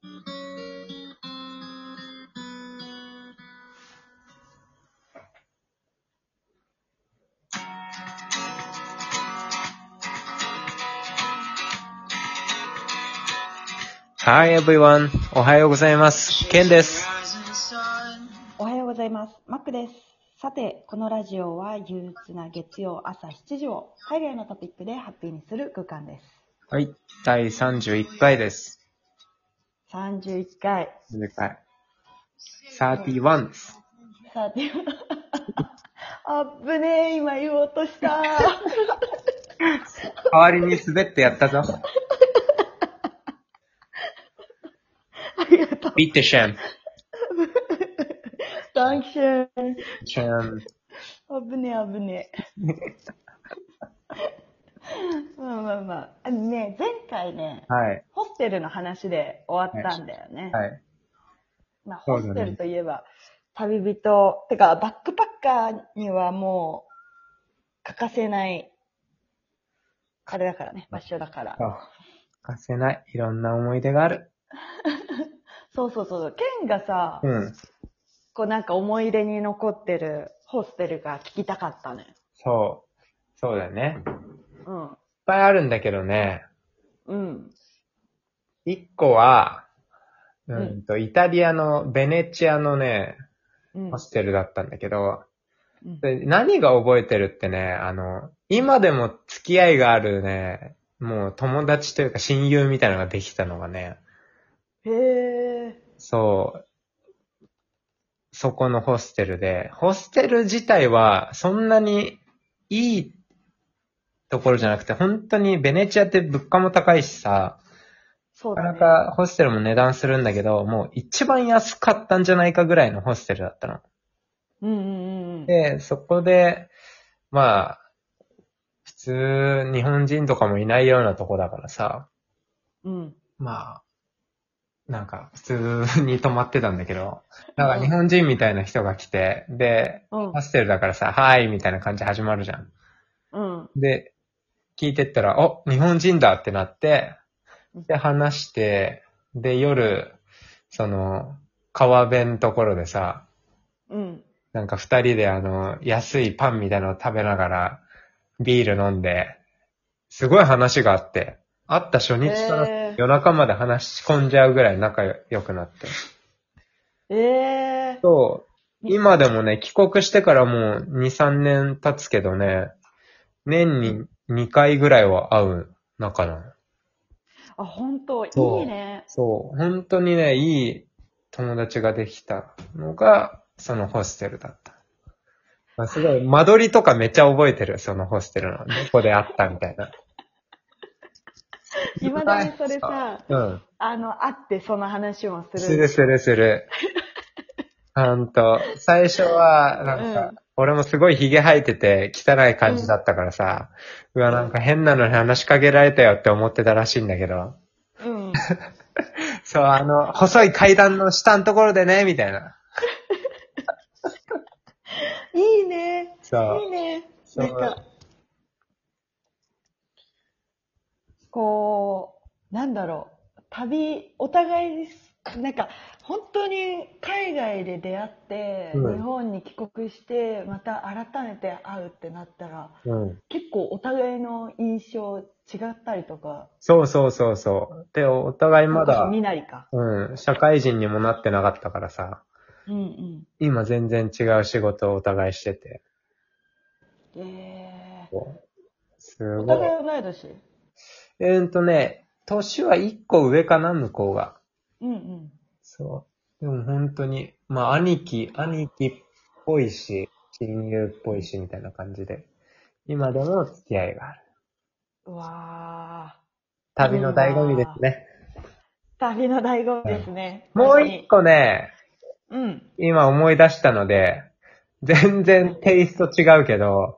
Hi everyone! おはようございます。ケンです。 おはようございます。マックです。さて、このラジオは憂鬱な月曜朝7時を海外のトピックでハッピーにする空間です。 はい。第31回です。 31回。 31回。31です。 あぶねえ、今言おうとした。 代わりに滑ってやったぞ。 ありがとう。 Bitte schön。 Dankeschön。 schön。 あぶねえ、あぶねえ。まあ。ね、前回ね、 はい。 ホステルの話で終わったんだよね。 はい。 まあ、ホステルといえば、旅人、てか、バックパッカーにはもう、欠かせない、あれだからね、場所だから。 欠かせない。いろんな思い出がある。 そう。ケンがさ、こうなんか思い出に残ってるホステルが聞きたかったね。 そうだよね。いっぱいあるんだけどね。一個は、イタリアのベネチアのね、ホステルだったんだけど、で何が覚えてるってね、今でも付き合いがあるね、もう友達というか親友みたいなのができたのがね、そこのホステルで、ホステル自体はそんなにいいところじゃなくて、本当にベネチアって物価も高いしさ、なかなかホステルも値段するんだけど、もう一番安かったんじゃないかぐらいのホステルだったの。で、そこで、まあ、普通日本人とかもいないようなとこだからさ、まあ、なんか普通に泊まってたんだけど、なんか日本人みたいな人が来て、で、ホステルだからさ、はいみたいな感じ始まるじゃん。で、聞いてったら、お、日本人だってなって、で、話して、で、夜、川辺のところでさ、なんか二人で安いパンみたいなのを食べながら、ビール飲んで、すごい話があって、会った初日から夜中まで話し込んじゃうぐらい仲良くなって。今でもね、帰国してからもう2、3年経つけどね、年に2回ぐらいは会う仲なの。 あ、本当いいね。 本当にね、いい友達ができたのが、そのホステルだった。まあ、すごい、間取りとかめっちゃ覚えてる、そのホステルの。どこで会ったみたいな。 今だにそれさ、会ってその話もする。する。最初は、なんか、俺もすごい髭生えてて汚い感じだったからさ、うわ、なんか変なのに話しかけられたよって思ってたらしいんだけど。そう、細い階段の下のところでね、みたいな。 いいね。いいね。なんか、こう、なんだろう。お互い、なんか、本当に海外で出会って、日本に帰国して、また改めて会うってなったら、結構お互いの印象違ったりとか。 そう。で、お互いまだ、社会人にもなってなかったからさ、今全然違う仕事をお互いしてて。すごい。 お互い同い年？ 年は1個上かな、向こうが。そう。でも本当に、まあ、兄貴っぽいし、親友っぽいし、みたいな感じで。今でも付き合いがある。 うわー。 旅の醍醐味ですね。 旅の醍醐味ですね。 もう一個ね、今思い出したので、全然テイスト違うけど、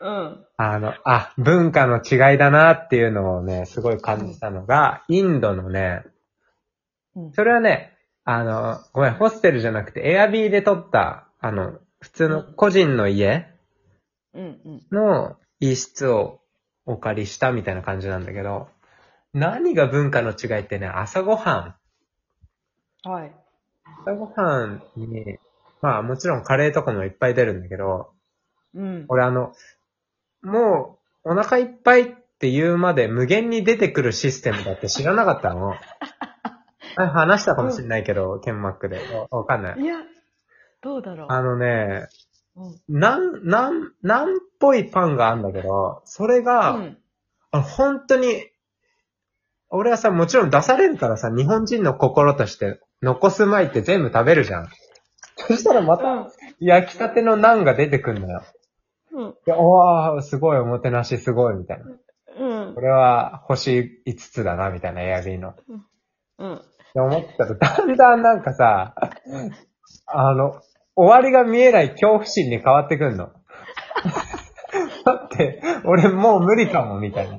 文化の違いだなっていうのをね、すごい感じたのが、インドのね、それはね、ごめん、ホステルじゃなくて、エアビーで撮った、普通の個人の家の一室をお借りしたみたいな感じなんだけど、何が文化の違いってね、朝ごはん。 はい。 朝ごはんに、まあもちろんカレーとかもいっぱい出るんだけど、 うん。 俺もうお腹いっぱいって言うまで無限に出てくるシステムだって知らなかったの。あ、話したかもしれうないけど、ケンマックで。わかんない。 ん。いや、どうだろあのね、 う。うん。 なんっぽいパンがあるんだけど、それが、 うん。 本当に、俺はさ、もちろん出されるからさ、日本人の心として、残す前って全部食べるじゃん。そしたらまた、 うん。 焼きたてのナンが出てくんのよ。 うん。 で、おー、すごいおもてなしすごい、みたいな。 うん。 これは星5つだな、みたいなエアビーの。っうん。 て思ってたら、だんだんなんかさ、あの、終わりが見えない恐怖心に変わってくんの。だって、俺もう無理かも、みたいな。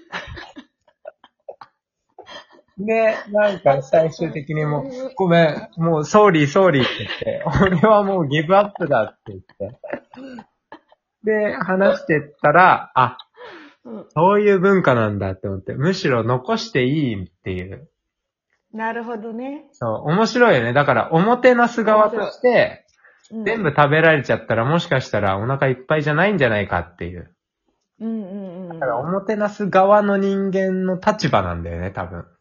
で、なんか最終的にもう、ごめん、もうソーリーって言って、俺はもうギブアップだって言って。で、話してったら、あ、 うん。 そういう文化なんだって思って、むしろ残していいっていう。 なるほどね。 そう、面白いよね。だから、おもてなす側と面白い。 して、 うん。 全部食べられちゃったら、もしかしたらお腹いっぱいじゃないんじゃないかっていう。 うんうんだから、おうん。 もてなす側の人間の立場なんだよね、多分。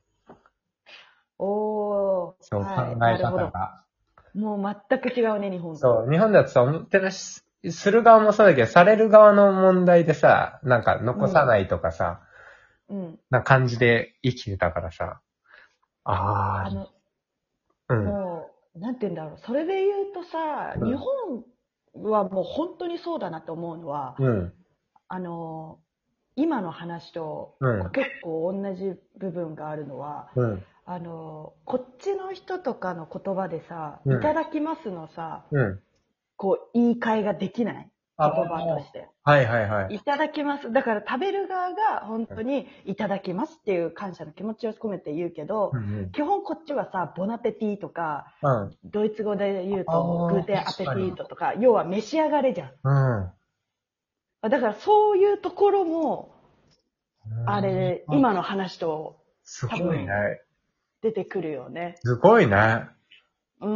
おー。 そう、考はい。 えなるほど。 方が。 もう全く違うね、日本と。 そう、日本だとさ、おもてなしする側もそうだけど、される側の問題でさ、なんかうん。 残さないとかさ、 うん。 な感じで生きてたからさ。ああの、 あ、うん、 もう、なんて言うんだろう。それで言うとさ、日うん、 本はもう本当にそうだなって思うのは、 うん、 あの、今の話とうん、 結構同じ部分があるのは、 うん、 こっちの人とかの言葉でさ、 うん、 いただきますのさ、 うん。 こう、言い換えができないあ言葉とあ、 して。 はいはいはい。 いただきます。だから食べる側が本うん、 当にいただきますっていう感謝の気持ちを込めて言うけど、 うん、 基本こっちはさ、ボナペティとか、 うん。 ドイツ語で言うとグああ、 ーテンアペテ確かに。 ィートとか、要は召し上がれじゃん。 うん。 だからそういうところも、あうんれ、今の話とすごいね。 多分出てくるよね。 すごいね。 うん。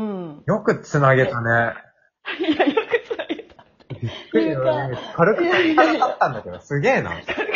よくつなげたで、 ね。 いや、よくつなげた。 びっくりよ。 いうか、 軽くいや鳥肌立いやいや、 ったんだけど、すげえな。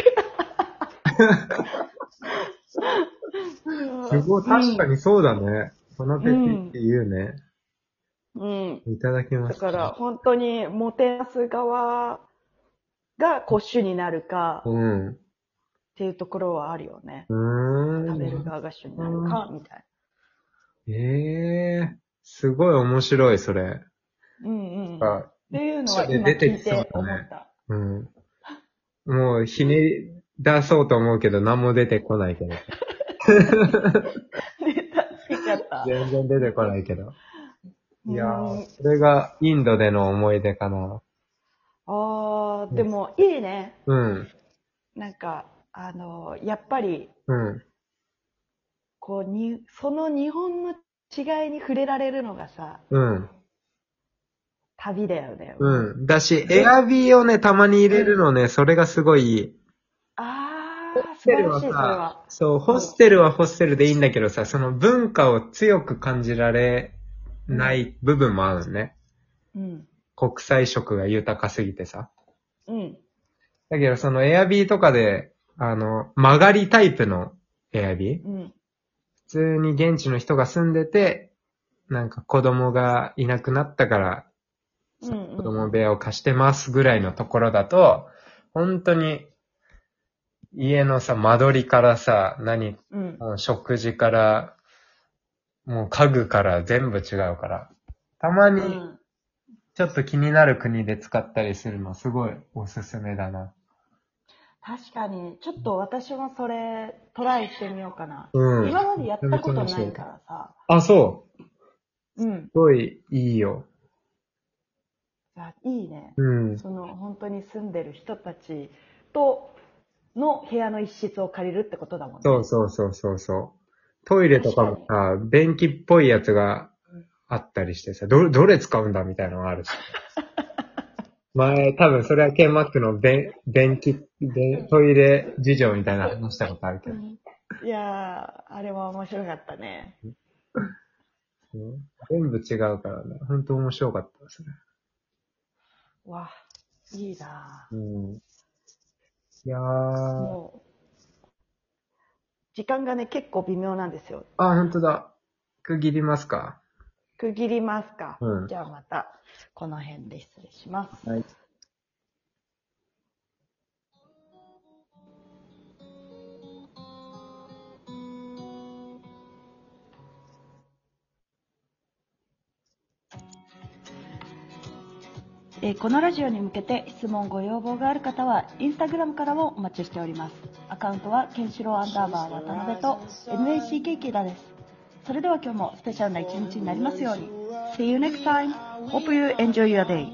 すごい、 うん、 確かにそうだね。このペティってうん、 言うね。 うん。 いただきます。 だから本当にもてなす側がこう主になるかうん。 っていうところはあるよね。 うー食べるん。 側が主になるかみたいええすごい面白い、それ。 な。うんうん。っあ、 ていうの一緒では今出てきそう聞いてだね。 思った。 うん。もう、ひねり出そうと思うけど、何も出てこないけど。 ネタつけちゃった。 全然出てこないけど。 ういやー、 ん。 それがインドでの思い出かな。 ああ、 うん。 でもいいね。 うん。 なんか、やっぱり、 うん。 こうに、その日本の違いに触れられるのがさ、 うん。 旅だよね。もうん。だし、 う、 エアビーをね、たまに入れるうん。 のね、それがすごいいい。 ああ、 ホステル素晴らしい、それはさ、 は。 そう、ホうん。 ステルはホステルでいいんだけどさ、その文化を強く感じられうん。 ない部分もあるのね。 うん。 国際色が豊かすぎてさ。 うん。 だけどそのエアビーとかで、曲がりタイプのエアビーうん。 普通に現地の人が住んでて、なんか子供がいなくなったから、 うん。う子ん。 供部屋を貸してますぐらいのところだと、本当に家のさ、間取りからさ、 うん。 食事から、もう家具から全部違うから。たまにうん。 ちょっと気になる国で使ったりするのすごいおすすめだな。 確かに、ちょっと私もそれトライしてみようかな。 うん。 今までやっためちゃめちゃことない面白い。 からさ。 あ、そう。すうん。 ごいいいよ。 じゃあ、いいね。 うん。 その、本当に住んでる人たちとの部屋の一室を借りるってことだもんそうね。 そうそうそうそう。トイレとか確かに。 もさ、便器っぽいやつがあったりしてさ、どれ使うんだみたいなのがあるし。前、多分それはケンマックのトイレ事情みたいな話したことあるけど。 うん。いやー、あれは面白かったね。 全部違うからね。本当面白かった、それ。 わ、いいなぁ。 いやー。 もう、時間がね、結構微妙なんですよ。 あ、本当だ。区切りますか。 区切りますか。 うん。 じゃあまた、この辺で失礼します。 はい。 このラジオに向けて質問ご要望がある方はインスタグラムからもお待ちしております。アカウントはケンシロウ_渡辺と NACK だです。それでは今日もスペシャルな一日になりますように。See you next time. Hope you enjoy your day.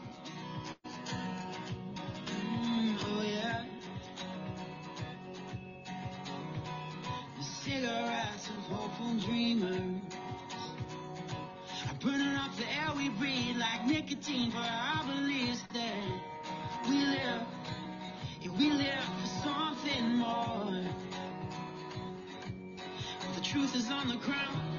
Cigarettes and hopeful dreamers are burning up the air we breathe like nicotine for our beliefs that we live, yeah, we live for something more. The truth is on the ground.